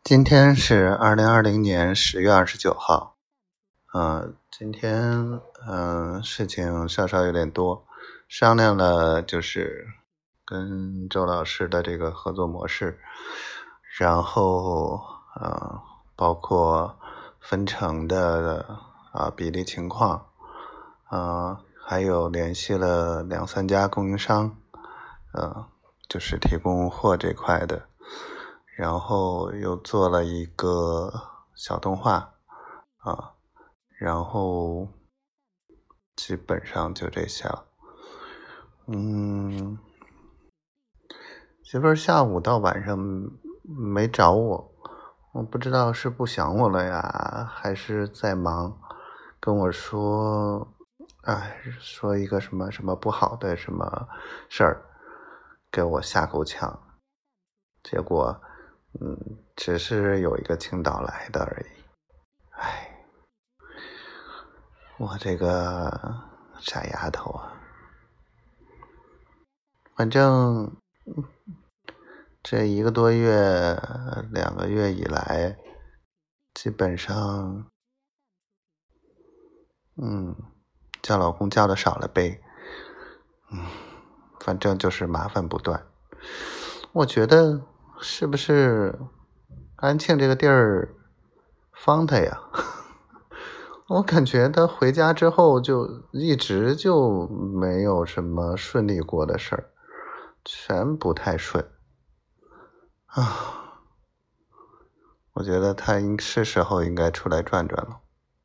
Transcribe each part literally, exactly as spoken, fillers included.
今天是二零二零年十月二十九号，呃，今天嗯、呃、事情稍稍有点多，商量了就是跟周老师的这个合作模式，然后呃包括分成的啊、呃、比例情况，呃还有联系了两三家供应商，呃就是提供货这块的。然后又做了一个小动画啊，然后基本上就这些了。嗯，媳妇儿下午到晚上没找我，我不知道是不想我了呀，还是在忙，跟我说，哎，说一个什么什么不好的什么事儿，给我吓够呛。结果嗯，只是有一个青岛来的而已。唉，我这个傻丫头啊，反正这一个多月两个月以来，基本上嗯叫老公叫的少了呗。嗯，反正就是麻烦不断。我觉得是不是安庆这个地儿方他呀？我感觉他回家之后就一直就没有什么顺利过的事儿，全不太顺啊。我觉得他应是时候应该出来转转了。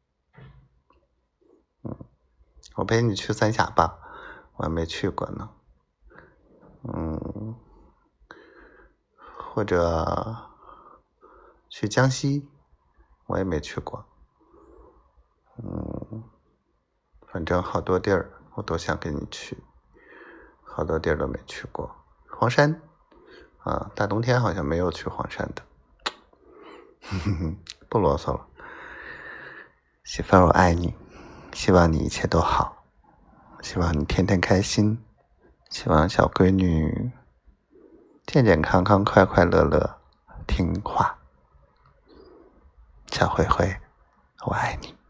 嗯，我陪你去三峡吧，我还没去过呢。嗯，或者去江西，我也没去过。嗯，反正好多地儿我都想跟你去，好多地儿都没去过。黄山啊，大冬天好像没有去黄山的。不啰嗦了，媳妇儿我爱你，希望你一切都好，希望你天天开心，希望小闺女健健康康快快乐乐听话。小灰灰我爱你。